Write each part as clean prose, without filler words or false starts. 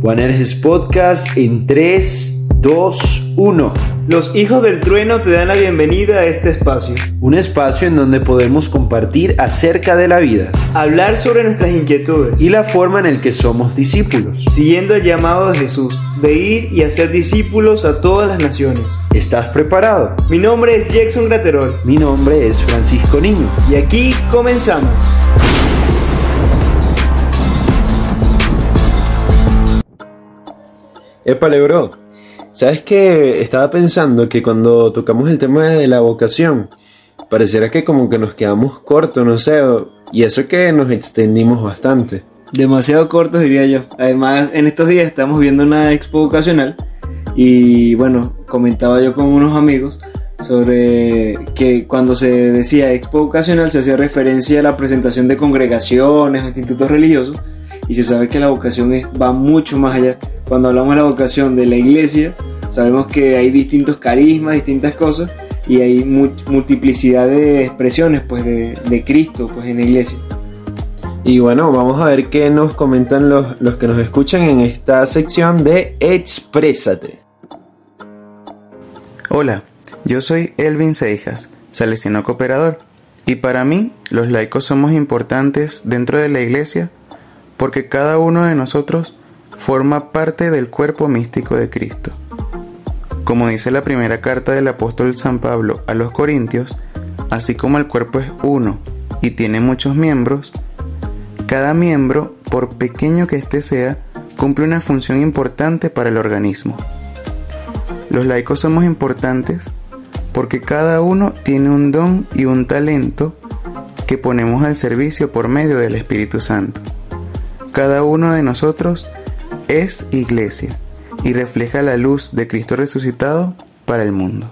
Juanerges Podcast en 3, 2, 1. Los hijos del trueno te dan la bienvenida a este espacio. Un espacio en donde podemos compartir acerca de la vida, hablar sobre nuestras inquietudes y la forma en la que somos discípulos, siguiendo el llamado de Jesús, de ir y hacer discípulos a todas las naciones. ¿Estás preparado? Mi nombre es Jackson Graterol. Mi nombre es Francisco Niño. Y aquí comenzamos. Épale, bro. ¿Sabes qué? Estaba pensando que cuando tocamos el tema de la vocación, pareciera que como que nos quedamos cortos, no sé, y eso que nos extendimos bastante. Demasiado cortos, diría yo. Además, en estos días estamos viendo una expo vocacional y bueno, comentaba yo con unos amigos sobre que cuando se decía expo vocacional se hacía referencia a la presentación de congregaciones o institutos religiosos, y se sabe que la vocación va mucho más allá. Cuando hablamos de la vocación de la iglesia, sabemos que hay distintos carismas, distintas cosas, y hay multiplicidad de expresiones pues, de Cristo pues, en la iglesia. Y bueno, vamos a ver qué nos comentan los que nos escuchan en esta sección de Exprésate. Hola, yo soy Elvin Seijas, salesiano cooperador, y para mí los laicos somos importantes dentro de la iglesia porque cada uno de nosotros forma parte del cuerpo místico de Cristo. Como dice la primera carta del apóstol San Pablo a los Corintios, así como el cuerpo es uno y tiene muchos miembros, cada miembro, por pequeño que éste sea, cumple una función importante para el organismo. Los laicos somos importantes porque cada uno tiene un don y un talento que ponemos al servicio por medio del Espíritu Santo. Cada uno de nosotros es iglesia y refleja la luz de Cristo resucitado para el mundo.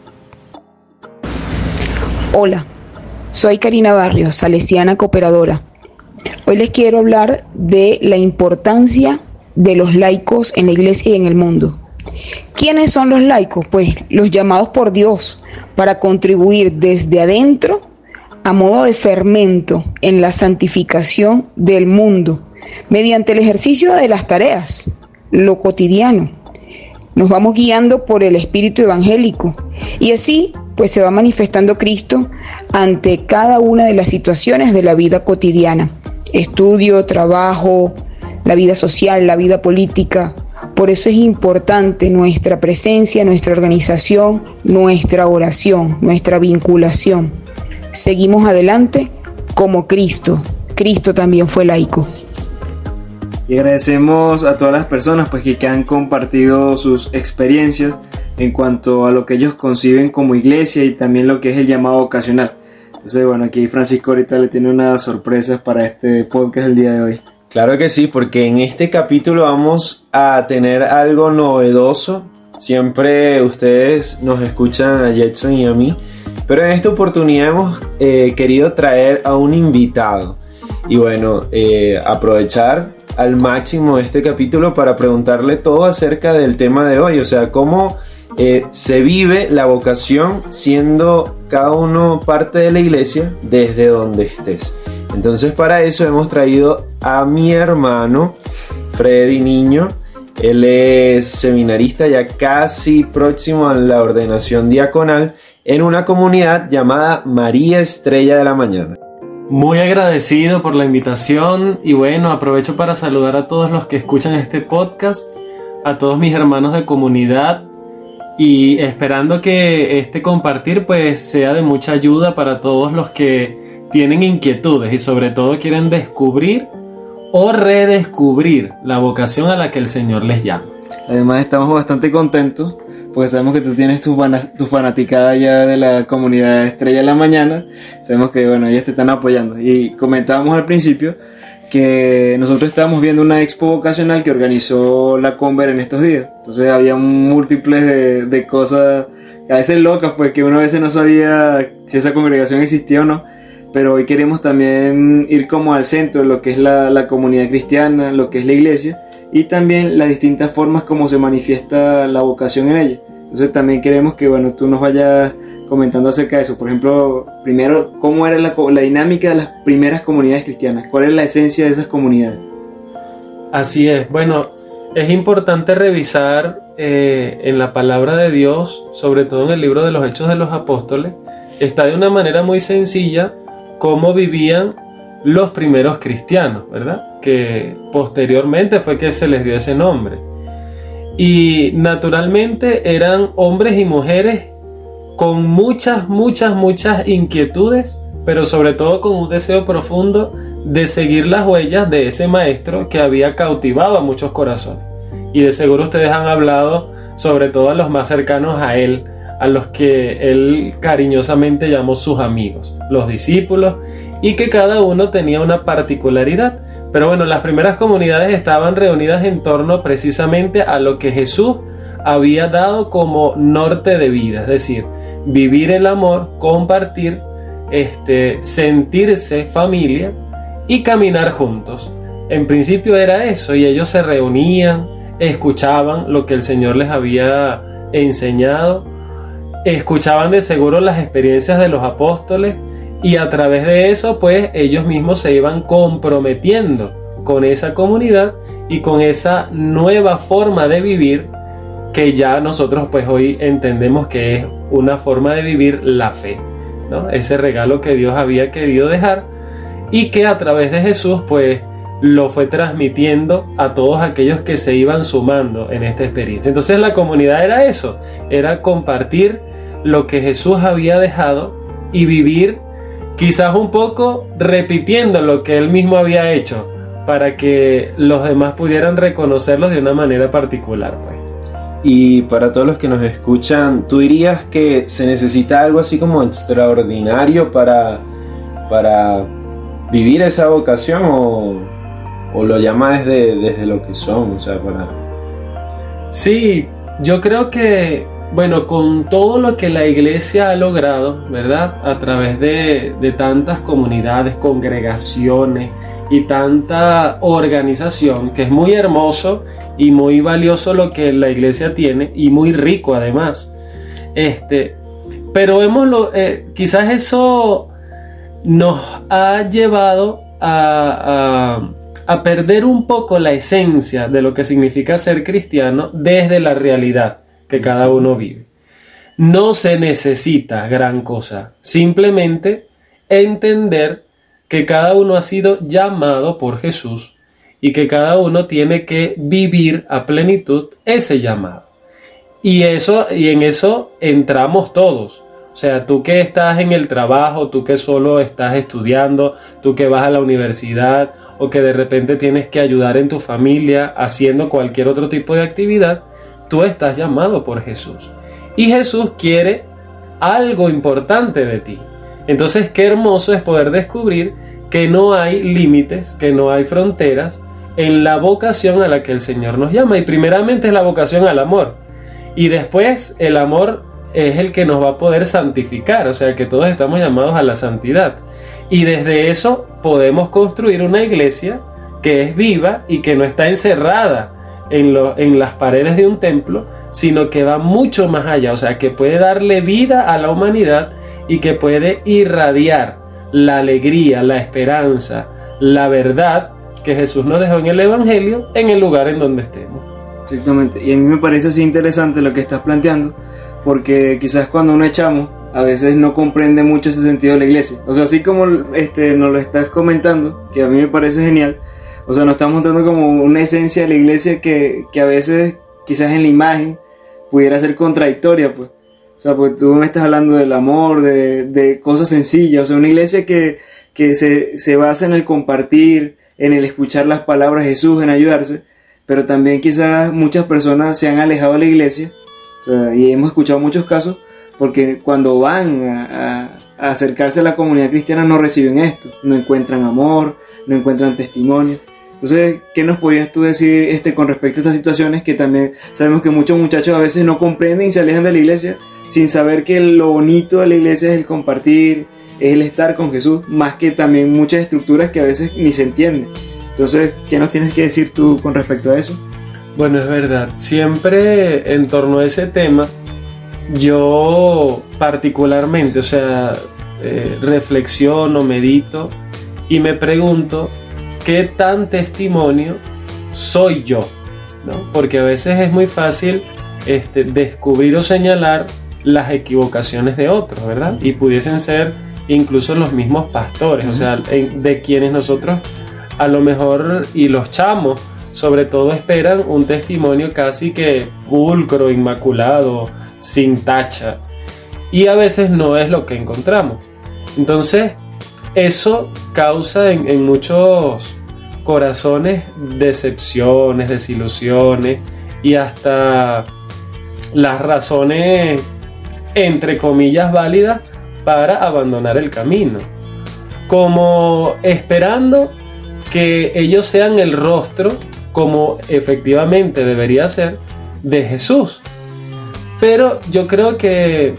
Hola, soy Karina Barrios, salesiana cooperadora. Hoy les quiero hablar de la importancia de los laicos en la iglesia y en el mundo. ¿Quiénes son los laicos? Pues los llamados por Dios para contribuir desde adentro a modo de fermento en la santificación del mundo, mediante el ejercicio de las tareas, lo cotidiano. Nos vamos guiando por el espíritu evangélico y así pues se va manifestando Cristo ante cada una de las situaciones de la vida cotidiana: estudio, trabajo, la vida social, la vida política. Por eso es importante nuestra presencia, nuestra organización, nuestra oración, nuestra vinculación. Seguimos adelante como Cristo. Cristo también fue laico. Y agradecemos a todas las personas pues, que han compartido sus experiencias en cuanto a lo que ellos conciben como iglesia y también lo que es el llamado vocacional. Entonces, bueno, aquí Francisco ahorita le tiene unas sorpresas para este podcast el día de hoy. Claro que sí, porque en este capítulo vamos a tener algo novedoso. Siempre ustedes nos escuchan a Jetson y a mí, pero en esta oportunidad hemos querido traer a un invitado. Y bueno, aprovechar al máximo este capítulo para preguntarle todo acerca del tema de hoy, o sea, cómo se vive la vocación siendo cada uno parte de la iglesia desde donde estés. Entonces para eso hemos traído a mi hermano Freddy Niño. Él es seminarista ya casi próximo a la ordenación diaconal en una comunidad llamada María Estrella de la Mañana. Muy agradecido por la invitación y bueno, aprovecho para saludar a todos los que escuchan este podcast, a todos mis hermanos de comunidad y esperando que este compartir pues sea de mucha ayuda para todos los que tienen inquietudes y sobre todo quieren descubrir o redescubrir la vocación a la que el Señor les llama. Además estamos bastante contentos porque sabemos que tú tienes tu fanaticada ya de la comunidad Estrella de la Mañana. Sabemos que bueno, ellos te están apoyando y comentábamos al principio que nosotros estábamos viendo una expo vocacional que organizó la Conver en estos días. Entonces había múltiples de cosas a veces locas, pues que uno a veces no sabía si esa congregación existía o no. Pero hoy queremos también ir como al centro de lo que es la comunidad cristiana, lo que es la iglesia, y también las distintas formas como se manifiesta la vocación en ella. Entonces también queremos que bueno, tú nos vayas comentando acerca de eso. Por ejemplo, primero, ¿cómo era la dinámica de las primeras comunidades cristianas? ¿Cuál es la esencia de esas comunidades? Así es. Bueno, es importante revisar en la palabra de Dios, sobre todo en el libro de los Hechos de los Apóstoles, está de una manera muy sencilla cómo vivían los primeros cristianos, ¿verdad? Que posteriormente fue que se les dio ese nombre. Y naturalmente eran hombres y mujeres con muchas inquietudes, pero sobre todo con un deseo profundo de seguir las huellas de ese maestro que había cautivado a muchos corazones. Y de seguro ustedes han hablado sobre todo a los más cercanos a él, a los que él cariñosamente llamó sus amigos, los discípulos, y que cada uno tenía una particularidad. Pero bueno, las primeras comunidades estaban reunidas en torno precisamente a lo que Jesús había dado como norte de vida, es decir, vivir el amor, compartir, sentirse familia y caminar juntos. En principio era eso, y ellos se reunían, escuchaban lo que el Señor les había enseñado, escuchaban de seguro las experiencias de los apóstoles, y a través de eso pues ellos mismos se iban comprometiendo con esa comunidad y con esa nueva forma de vivir que ya nosotros pues hoy entendemos que es una forma de vivir la fe, ¿no? Ese regalo que Dios había querido dejar y que a través de Jesús pues lo fue transmitiendo a todos aquellos que se iban sumando en esta experiencia. Entonces la comunidad era eso, era compartir lo que Jesús había dejado y vivir quizás un poco repitiendo lo que él mismo había hecho para que los demás pudieran reconocerlos de una manera particular, pues. Y para todos los que nos escuchan, ¿tú dirías que se necesita algo así como extraordinario para vivir esa vocación o lo llamas desde lo que son? O sea, para... Sí, yo creo que, bueno, con todo lo que la iglesia ha logrado, ¿verdad? A través de tantas comunidades, congregaciones y tanta organización, que es muy hermoso y muy valioso lo que la iglesia tiene y muy rico además. Pero quizás eso nos ha llevado a perder un poco la esencia de lo que significa ser cristiano desde la realidad que cada uno vive. No se necesita gran cosa, simplemente entender que cada uno ha sido llamado por Jesús y que cada uno tiene que vivir a plenitud ese llamado. Y en eso entramos todos. O sea, tú que estás en el trabajo, tú que solo estás estudiando, tú que vas a la universidad o que de repente tienes que ayudar en tu familia haciendo cualquier otro tipo de actividad, tú estás llamado por Jesús. Y Jesús quiere algo importante de ti. Entonces, qué hermoso es poder descubrir que no hay límites, que no hay fronteras en la vocación a la que el Señor nos llama. Y primeramente es la vocación al amor. Y después el amor es el que nos va a poder santificar. O sea que todos estamos llamados a la santidad. Y desde eso podemos construir una iglesia que es viva y que no está encerrada en las paredes de un templo, sino que va mucho más allá. O sea que puede darle vida a la humanidad y que puede irradiar la alegría, la esperanza, la verdad que Jesús nos dejó en el Evangelio en el lugar en donde estemos. Exactamente, y a mí me parece así interesante lo que estás planteando, porque quizás cuando uno es chamo, a veces no comprende mucho ese sentido de la iglesia. O sea, así como nos lo estás comentando, que a mí me parece genial, o sea, nos estás mostrando como una esencia de la iglesia que a veces quizás en la imagen pudiera ser contradictoria, pues. O sea, pues tú me estás hablando del amor, de cosas sencillas. O sea, una iglesia que se basa en el compartir, en el escuchar las palabras de Jesús, en ayudarse. Pero también quizás muchas personas se han alejado de la iglesia. O sea, y hemos escuchado muchos casos porque cuando van a acercarse a la comunidad cristiana no reciben esto. No encuentran amor, no encuentran testimonio. Entonces, ¿qué nos podrías tú decir con respecto a estas situaciones que también sabemos que muchos muchachos a veces no comprenden y se alejan de la iglesia sin saber que lo bonito de la iglesia es el compartir, es el estar con Jesús, más que también muchas estructuras que a veces ni se entienden? Entonces, ¿qué nos tienes que decir tú con respecto a eso? Bueno, es verdad, siempre en torno a ese tema, yo particularmente, reflexiono, medito y me pregunto, ¿qué tan testimonio soy yo ¿no? Porque a veces es muy fácil descubrir o señalar las equivocaciones de otros, ¿verdad? Y pudiesen ser incluso los mismos pastores, o sea, de quienes nosotros a lo mejor, y los chamos sobre todo, esperan un testimonio casi que pulcro, inmaculado, sin tacha, y a veces no es lo que encontramos. Entonces eso causa en muchos corazones decepciones, desilusiones y hasta las razones entre comillas válidas para abandonar el camino, como esperando que ellos sean el rostro, como efectivamente debería ser, de Jesús. Pero yo creo que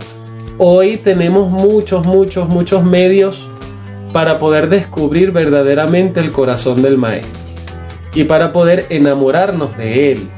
hoy tenemos muchos medios para poder descubrir verdaderamente el corazón del Maestro y para poder enamorarnos de Él.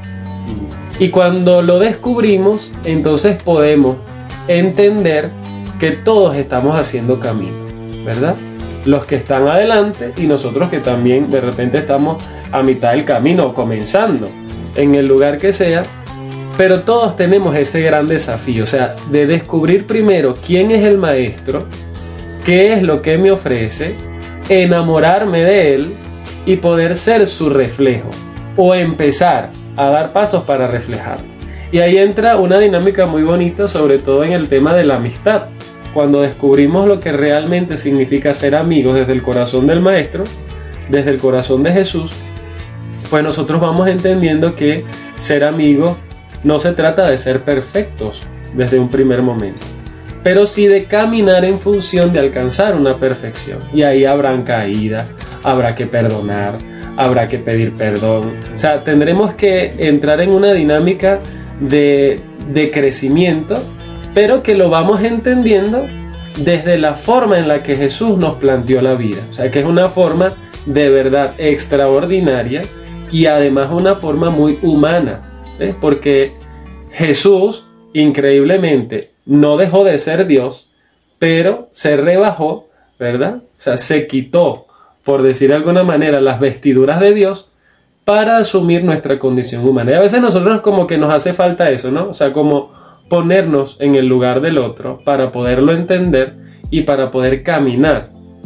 Y cuando lo descubrimos, entonces podemos entender que todos estamos haciendo camino, ¿verdad? Los que están adelante y nosotros que también de repente estamos a mitad del camino o comenzando en el lugar que sea, pero todos tenemos ese gran desafío, o sea, de descubrir primero quién es el Maestro, qué es lo que me ofrece, enamorarme de Él y poder ser su reflejo o empezar a dar pasos para reflejarlo. Y ahí entra una dinámica muy bonita, sobre todo en el tema de la amistad. Cuando descubrimos lo que realmente significa ser amigos desde el corazón del Maestro, desde el corazón de Jesús, pues nosotros vamos entendiendo que ser amigos no se trata de ser perfectos desde un primer momento, pero sí de caminar en función de alcanzar una perfección. Y ahí habrán caídas, habrá que perdonar, habrá que pedir perdón. O sea, tendremos que entrar en una dinámica de crecimiento, pero que lo vamos entendiendo desde la forma en la que Jesús nos planteó la vida. O sea, que es una forma de verdad extraordinaria y además una forma muy humana, ¿ves? Porque Jesús, increíblemente, no dejó de ser Dios, pero se rebajó, ¿verdad? O sea, se quitó, por decir de alguna manera, las vestiduras de Dios para asumir nuestra condición humana. Y a veces nosotros como que nos hace falta eso, ¿no? O sea, como ponernos en el lugar del otro para poderlo entender y para poder caminar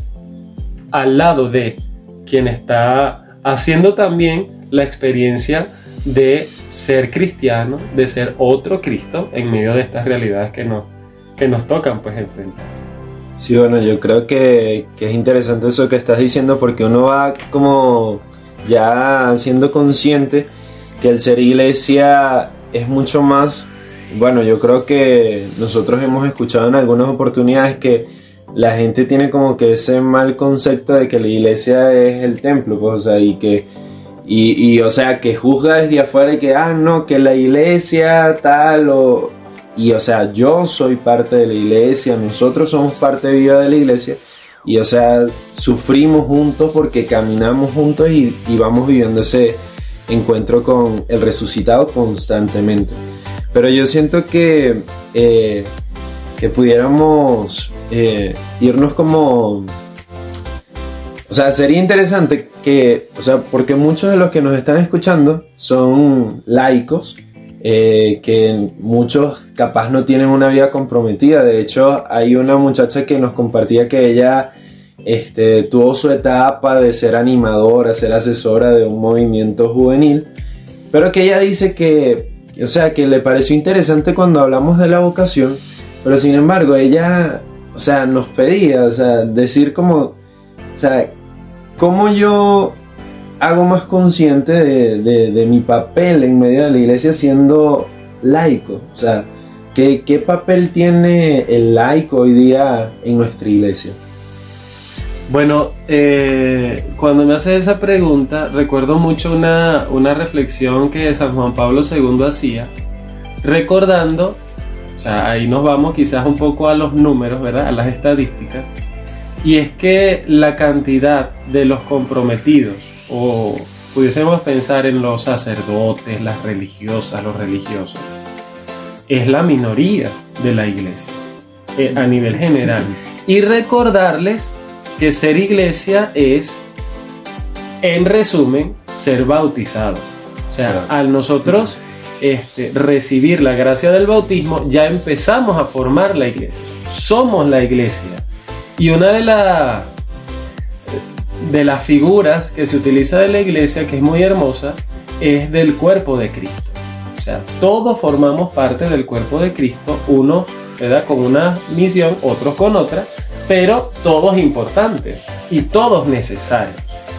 al lado de quien está haciendo también la experiencia de ser cristiano, de ser otro Cristo en medio de estas realidades que nos tocan pues enfrentar. Sí, bueno, yo creo que es interesante eso que estás diciendo, porque uno va como ya siendo consciente que el ser iglesia es mucho más. Bueno, yo creo que nosotros hemos escuchado en algunas oportunidades que la gente tiene como que ese mal concepto de que la iglesia es el templo, pues, o sea, o sea, que juzga desde afuera y que, no, que la iglesia tal o sea, yo soy parte de la iglesia, nosotros somos parte viva de la iglesia y, o sea, sufrimos juntos porque caminamos juntos y vamos viviendo ese encuentro con el resucitado constantemente. Pero yo siento que pudiéramos irnos como... O sea, sería interesante que... O sea, porque muchos de los que nos están escuchando son laicos, que muchos capaz no tienen una vida comprometida. De hecho, hay una muchacha que nos compartía que ella tuvo su etapa de ser animadora, ser asesora de un movimiento juvenil, pero que ella dice que... O sea, que le pareció interesante cuando hablamos de la vocación, pero sin embargo ella, o sea, nos pedía, o sea, decir como, o sea, cómo yo hago más consciente de mi papel en medio de la iglesia siendo laico. O sea, ¿qué papel tiene el laico hoy día en nuestra iglesia? Bueno, cuando me haces esa pregunta, recuerdo mucho una reflexión que San Juan Pablo II hacía, recordando, o sea, ahí nos vamos quizás un poco a los números, ¿verdad? A las estadísticas, y es que la cantidad de los comprometidos, o pudiésemos pensar en los sacerdotes, las religiosas, los religiosos, es la minoría de la iglesia, a nivel general. Y recordarles que ser iglesia es, en resumen, ser bautizado. O sea, Claro. al nosotros recibir la gracia del bautismo, ya empezamos a formar la iglesia. Somos la iglesia. Y una de las figuras que se utiliza de la iglesia, que es muy hermosa, es del cuerpo de Cristo. O sea, todos formamos parte del cuerpo de Cristo, uno, ¿verdad?, con una misión, otros con otra, pero todos importantes y todos necesarios.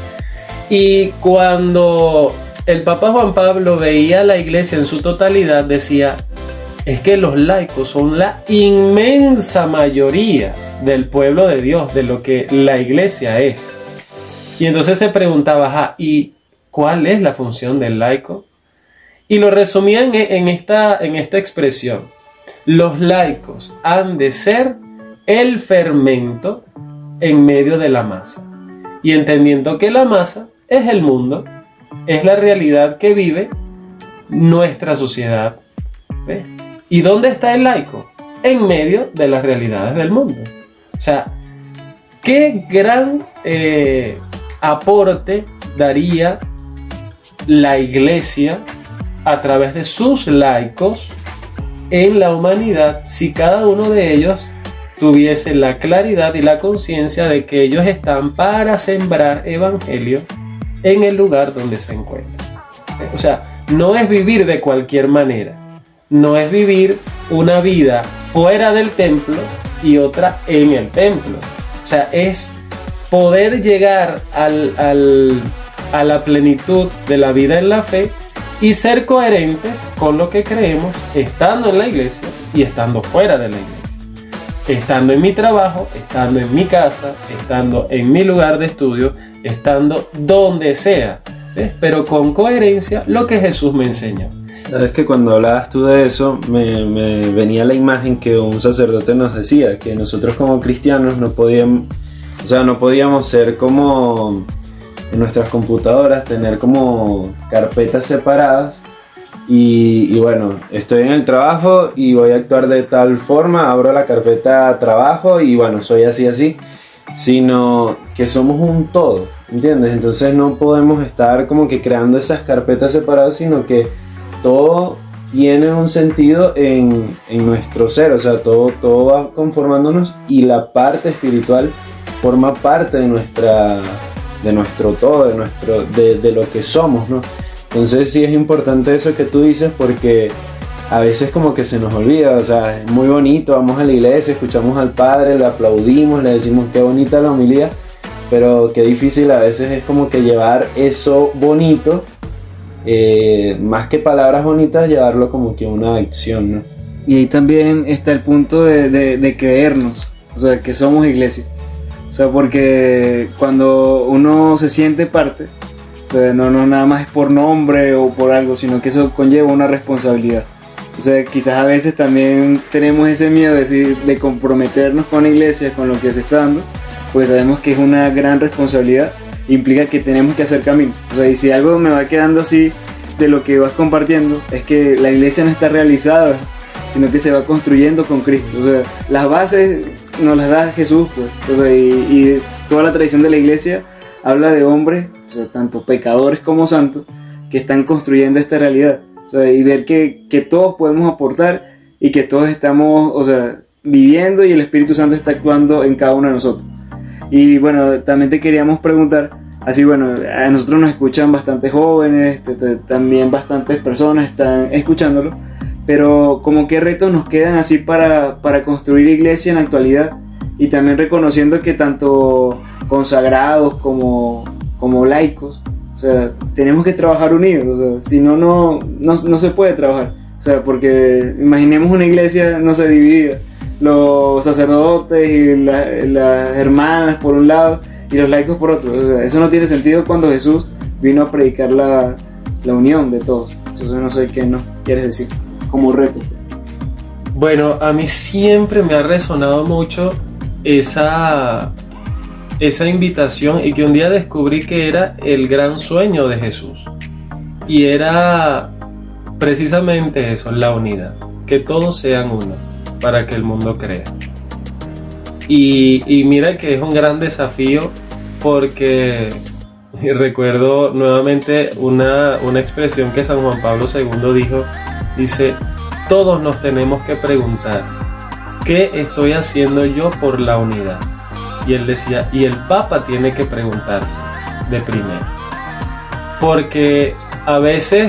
Y cuando el Papa Juan Pablo veía la iglesia en su totalidad, decía, es que los laicos son la inmensa mayoría del pueblo de Dios, de lo que la iglesia es. Y entonces se preguntaba, ¿y cuál es la función del laico? Y lo resumía en esta expresión: los laicos han de ser el fermento en medio de la masa. Y entendiendo que la masa es el mundo, es la realidad que vive nuestra sociedad. ¿Ves? ¿Y dónde está el laico? En medio de las realidades del mundo. O sea, qué gran aporte daría la iglesia a través de sus laicos en la humanidad si cada uno de ellos tuviese la claridad y la conciencia de que ellos están para sembrar evangelio en el lugar donde se encuentran. O sea, no es vivir de cualquier manera, no es vivir una vida fuera del templo y otra en el templo. O sea, es poder llegar a la plenitud de la vida en la fe y ser coherentes con lo que creemos, estando en la iglesia y estando fuera de la iglesia. Estando en mi trabajo, estando en mi casa, estando en mi lugar de estudio, estando donde sea, ¿ves? Pero con coherencia lo que Jesús me enseñó. Sabes que cuando hablabas tú de eso, me venía la imagen que un sacerdote nos decía, que nosotros como cristianos no podíamos ser como en nuestras computadoras, tener como carpetas separadas y bueno, estoy en el trabajo y voy a actuar de tal forma, abro la carpeta trabajo y bueno, soy así, sino que somos un todo, ¿entiendes? Entonces no podemos estar como que creando esas carpetas separadas, sino que todo tiene un sentido en nuestro ser, o sea, todo va conformándonos y la parte espiritual forma parte de nuestro todo, de lo que somos, ¿no? Entonces sí es importante eso que tú dices, porque a veces como que se nos olvida, o sea, es muy bonito, vamos a la iglesia, escuchamos al Padre, le aplaudimos, le decimos qué bonita la homilía, pero qué difícil a veces es como que llevar eso bonito, más que palabras bonitas, llevarlo como que una acción, ¿no? Y ahí también está el punto de creernos, o sea, que somos iglesia. O sea, porque cuando uno se siente parte, o sea, no nada más es por nombre o por algo, sino que eso conlleva una responsabilidad. O sea, quizás a veces también tenemos ese miedo de comprometernos con la iglesia, con lo que se está dando, porque sabemos que es una gran responsabilidad, implica que tenemos que hacer camino. O sea, y si algo me va quedando así de lo que vas compartiendo, es que la iglesia no está realizada, sino que se va construyendo con Cristo. O sea, las bases nos las da Jesús, pues. O sea, y toda la tradición de la iglesia habla de hombres, o sea, tanto pecadores como santos, que están construyendo esta realidad. O sea, y ver que todos podemos aportar y que todos estamos, o sea, viviendo y el Espíritu Santo está actuando en cada uno de nosotros. Y bueno, también te queríamos preguntar, así bueno, a nosotros nos escuchan bastantes jóvenes, también bastantes personas están escuchándolo, pero como qué retos nos quedan así para construir iglesia en la actualidad, y también reconociendo que tanto consagrados como laicos, o sea, tenemos que trabajar unidos, o sea, si no se puede trabajar, o sea, porque imaginemos una iglesia, no sé, dividida, los sacerdotes y las hermanas por un lado y los laicos por otro. O sea, eso no tiene sentido cuando Jesús vino a predicar la unión de todos. Entonces no sé qué nos quieres decir como reto. Bueno, a mí siempre me ha resonado mucho esa invitación, y que un día descubrí que era el gran sueño de Jesús, y era precisamente eso, la unidad, que todos sean uno para que el mundo crea. Y mira que es un gran desafío, porque Y recuerdo nuevamente una expresión que San Juan Pablo II dijo, dice, todos nos tenemos que preguntar, ¿qué estoy haciendo yo por la unidad? Y él decía, y el Papa tiene que preguntarse de primero. Porque a veces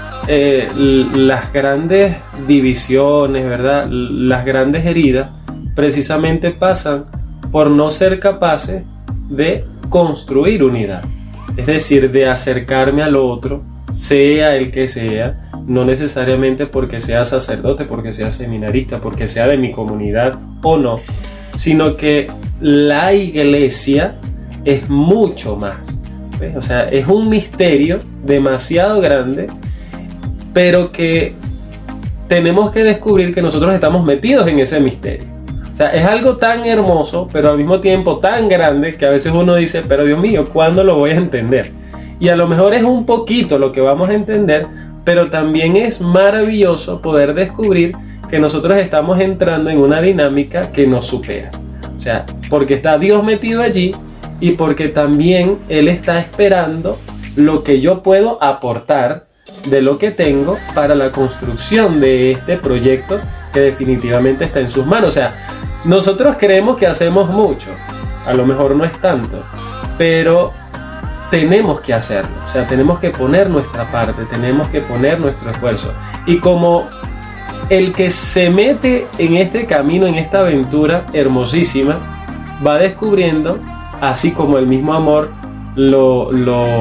las grandes divisiones, ¿verdad? Las grandes heridas precisamente pasan por no ser capaces de construir unidad. Es decir, de acercarme al otro, sea el que sea, no necesariamente porque sea sacerdote, porque sea seminarista, porque sea de mi comunidad o no, sino que la iglesia es mucho más. ¿Ves? O sea, es un misterio demasiado grande, pero que tenemos que descubrir que nosotros estamos metidos en ese misterio. O sea, es algo tan hermoso, pero al mismo tiempo tan grande, que a veces uno dice, pero Dios mío, ¿cuándo lo voy a entender? Y a lo mejor es un poquito lo que vamos a entender, pero también es maravilloso poder descubrir que nosotros estamos entrando en una dinámica que nos supera. O sea, porque está Dios metido allí y porque también Él está esperando lo que yo puedo aportar de lo que tengo para la construcción de este proyecto que definitivamente está en sus manos. O sea, nosotros creemos que hacemos mucho, a lo mejor no es tanto, pero tenemos que hacerlo. O sea, tenemos que poner nuestra parte, tenemos que poner nuestro esfuerzo. Y como el que se mete en este camino, en esta aventura hermosísima, va descubriendo, así como el mismo amor lo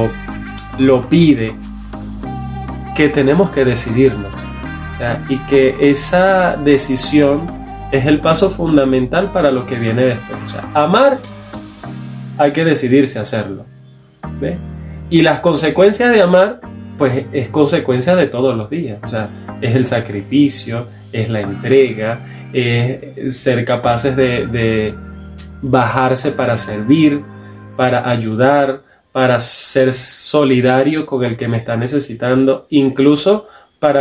pide, que tenemos que decidirnos. O sea, y que esa decisión es el paso fundamental para lo que viene después. O sea, amar, hay que decidirse a hacerlo. ¿Ve? Y las consecuencias de amar, pues es consecuencia de todos los días. O sea, es el sacrificio, es la entrega, es ser capaces de bajarse para servir, para ayudar, para ser solidario con el que me está necesitando, incluso para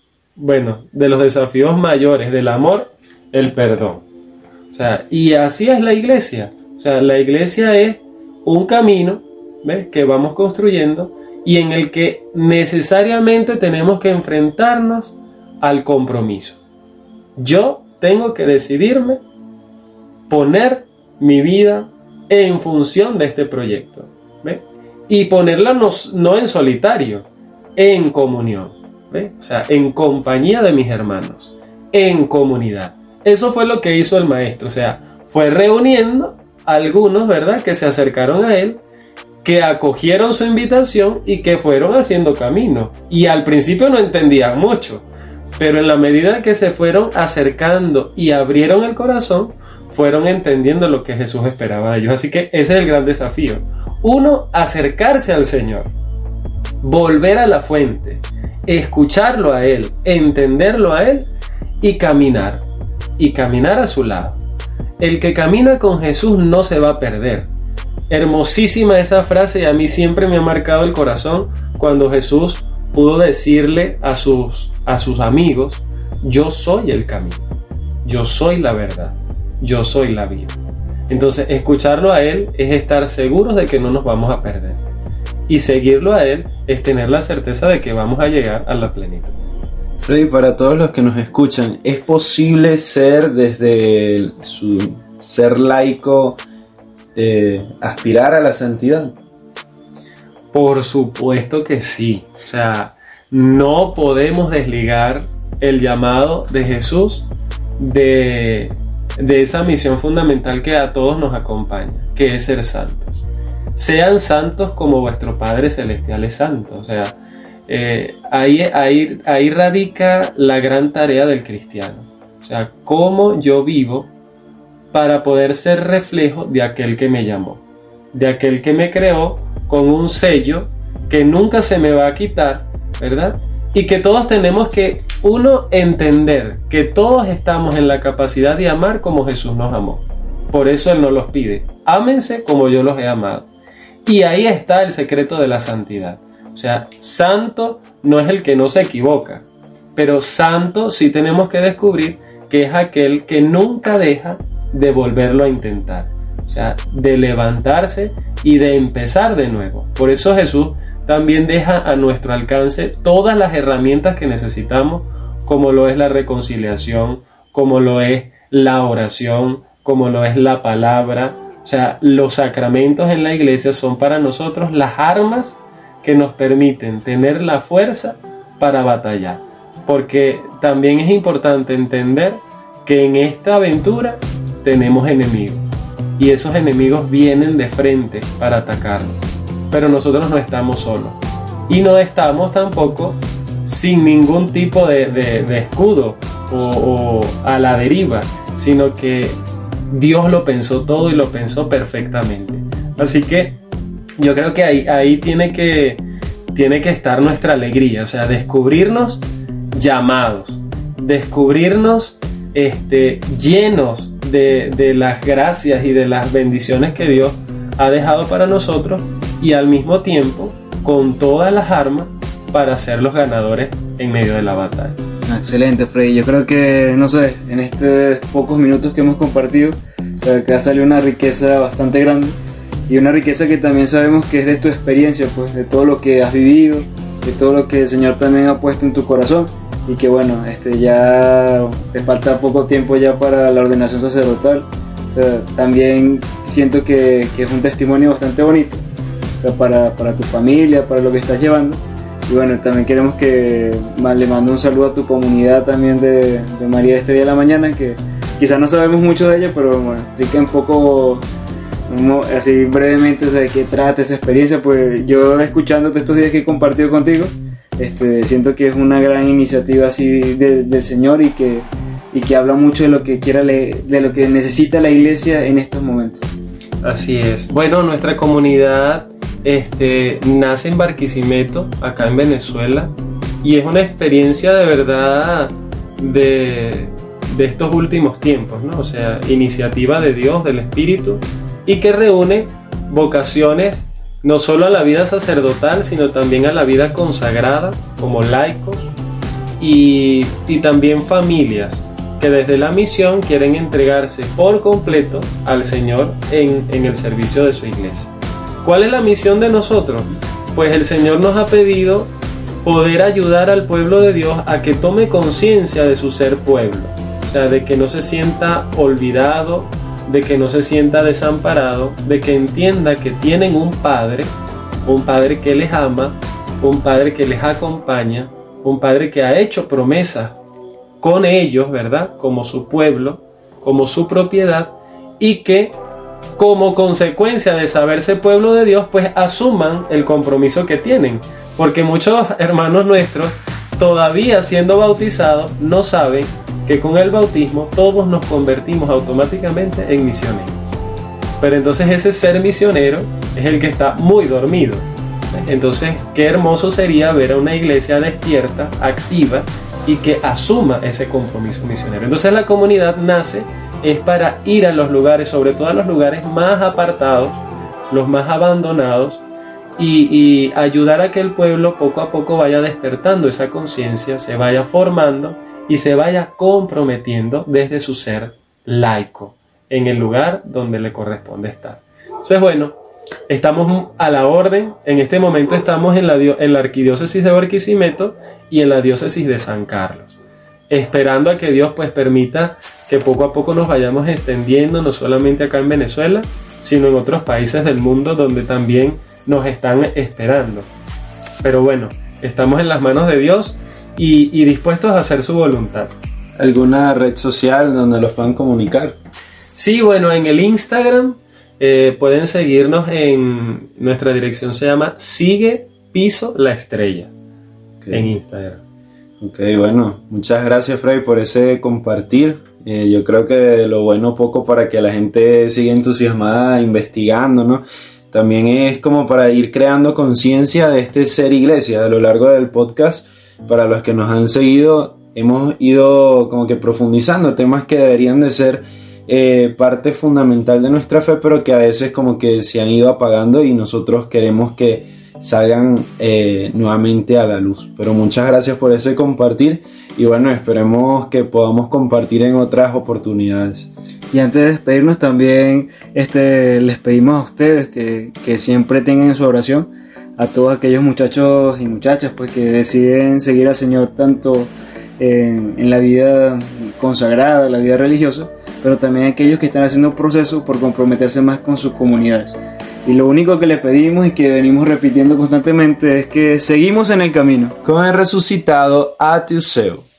de los desafíos mayores del amor, el perdón. O sea, y así es la iglesia. O sea, la iglesia es un camino, ¿ves?, que vamos construyendo y en el que necesariamente tenemos que enfrentarnos al compromiso. Yo tengo que decidirme poner mi vida en función de este proyecto, ¿ves? Y ponerla no en solitario, en comunión, ¿ves? O sea, en compañía de mis hermanos, en comunidad. Eso fue lo que hizo el maestro. O sea, fue reuniendo a algunos, ¿verdad?, que se acercaron a él, que acogieron su invitación y que fueron haciendo camino. Y al principio no entendían mucho, pero en la medida que se fueron acercando y abrieron el corazón, fueron entendiendo lo que Jesús esperaba de ellos. Así que ese es el gran desafío. Uno, acercarse al Señor, volver a la fuente, escucharlo a Él, entenderlo a Él y caminar a su lado. El que camina con Jesús no se va a perder. Hermosísima esa frase, y a mí siempre me ha marcado el corazón cuando Jesús pudo decirle a sus amigos: yo soy el camino, yo soy la verdad, yo soy la vida. Entonces, escucharlo a Él es estar seguros de que no nos vamos a perder, y seguirlo a Él es tener la certeza de que vamos a llegar a la plenitud. Freddy, para todos los que nos escuchan, ¿es posible ser desde su ser laico, aspirar a la santidad? Por supuesto que sí. O sea, no podemos desligar el llamado de Jesús de esa misión fundamental que a todos nos acompaña, que es ser santos. Sean santos como vuestro Padre Celestial es santo. O sea, ahí radica la gran tarea del cristiano. O sea, cómo yo vivo para poder ser reflejo de aquel que me llamó, de aquel que me creó con un sello que nunca se me va a quitar, ¿verdad? Y que todos tenemos que, uno, entender que todos estamos en la capacidad de amar como Jesús nos amó. Por eso Él nos los pide: ámense como yo los he amado. Y ahí está el secreto de la santidad. O sea, santo no es el que no se equivoca, pero santo sí tenemos que descubrir que es aquel que nunca deja de volverlo a intentar. O sea, de levantarse y de empezar de nuevo. Por eso Jesús también deja a nuestro alcance todas las herramientas que necesitamos, como lo es la reconciliación, como lo es la oración, como lo es la palabra. O sea, los sacramentos en la iglesia son para nosotros las armas que nos permiten tener la fuerza para batallar. Porque también es importante entender que en esta aventura tenemos enemigos. Y esos enemigos vienen de frente para atacarnos. Pero nosotros no estamos solos. Y no estamos tampoco sin ningún tipo de escudo o a la deriva, sino que Dios lo pensó todo y lo pensó perfectamente. Así que yo creo que ahí tiene que estar nuestra alegría, o sea, descubrirnos llamados, descubrirnos llenos de las gracias y de las bendiciones que Dios ha dejado para nosotros, y al mismo tiempo con todas las armas para ser los ganadores en medio de la batalla. Excelente, Freddy. Yo creo que, no sé, en estos pocos minutos que hemos compartido, o sea, que ha salido una riqueza bastante grande, y una riqueza que también sabemos que es de tu experiencia, pues, de todo lo que has vivido, de todo lo que el Señor también ha puesto en tu corazón, y que bueno, ya te falta poco tiempo ya para la ordenación sacerdotal. O sea, también siento que es un testimonio bastante bonito, o sea, para tu familia, para lo que estás llevando. Y bueno, también queremos que le mando un saludo a tu comunidad también de María de este día de la mañana, que quizás no sabemos mucho de ella, pero bueno, explica un poco, así brevemente, o sea, de qué trata esa experiencia. Pues yo, escuchándote estos días que he compartido contigo, siento que es una gran iniciativa así del Señor, y que habla mucho de lo que de lo que necesita la iglesia en estos momentos. Así es. Bueno, nuestra comunidad nace en Barquisimeto, acá en Venezuela, y es una experiencia de verdad de estos últimos tiempos, ¿no? O sea, iniciativa de Dios, del Espíritu, y que reúne vocaciones no solo a la vida sacerdotal, sino también a la vida consagrada, como laicos, y también familias que desde la misión quieren entregarse por completo al Señor en el servicio de su iglesia. ¿Cuál es la misión de nosotros? Pues el Señor nos ha pedido poder ayudar al pueblo de Dios a que tome conciencia de su ser pueblo, o sea, de que no se sienta olvidado, de que no se sienta desamparado, de que entienda que tienen un Padre que les ama, un Padre que les acompaña, un Padre que ha hecho promesas con ellos, ¿verdad? Como su pueblo, como su propiedad, y que como consecuencia de saberse pueblo de Dios, pues asuman el compromiso que tienen. Porque muchos hermanos nuestros, todavía siendo bautizados, no saben que con el bautismo todos nos convertimos automáticamente en misioneros. Pero entonces ese ser misionero es el que está muy dormido. Entonces, qué hermoso sería ver a una iglesia despierta, activa, y que asuma ese compromiso misionero. Entonces la comunidad nace es para ir a los lugares, sobre todo a los lugares más apartados, los más abandonados, y ayudar a que el pueblo poco a poco vaya despertando esa conciencia, se vaya formando y se vaya comprometiendo desde su ser laico en el lugar donde le corresponde estar. Entonces, bueno, estamos a la orden. En este momento estamos en la arquidiócesis de Barquisimeto y en la diócesis de San Carlos, esperando a que Dios pues permita que poco a poco nos vayamos extendiendo, no solamente acá en Venezuela, sino en otros países del mundo donde también nos están esperando. Pero bueno, estamos en las manos de Dios y dispuestos a hacer su voluntad. ¿Alguna red social donde los puedan comunicar? Sí, bueno, en el Instagram pueden seguirnos. En nuestra dirección se llama Sigue Piso La Estrella. Okay. En Instagram. Ok, bueno, muchas gracias, Freddy, por ese compartir. Yo creo que lo bueno poco para que la gente siga entusiasmada investigando, ¿no? También es como para ir creando conciencia de este ser iglesia. A lo largo del podcast, para los que nos han seguido, hemos ido como que profundizando temas que deberían de ser parte fundamental de nuestra fe, pero que a veces como que se han ido apagando, y nosotros queremos que salgan nuevamente a la luz. Pero muchas gracias por ese compartir y bueno, esperemos que podamos compartir en otras oportunidades. Y antes de despedirnos también les pedimos a ustedes que siempre tengan en su oración a todos aquellos muchachos y muchachas pues que deciden seguir al Señor tanto en la vida consagrada, la vida religiosa, pero también aquellos que están haciendo procesos por comprometerse más con sus comunidades. Y lo único que les pedimos y que venimos repitiendo constantemente es que seguimos en el camino con el resucitado a tu seu.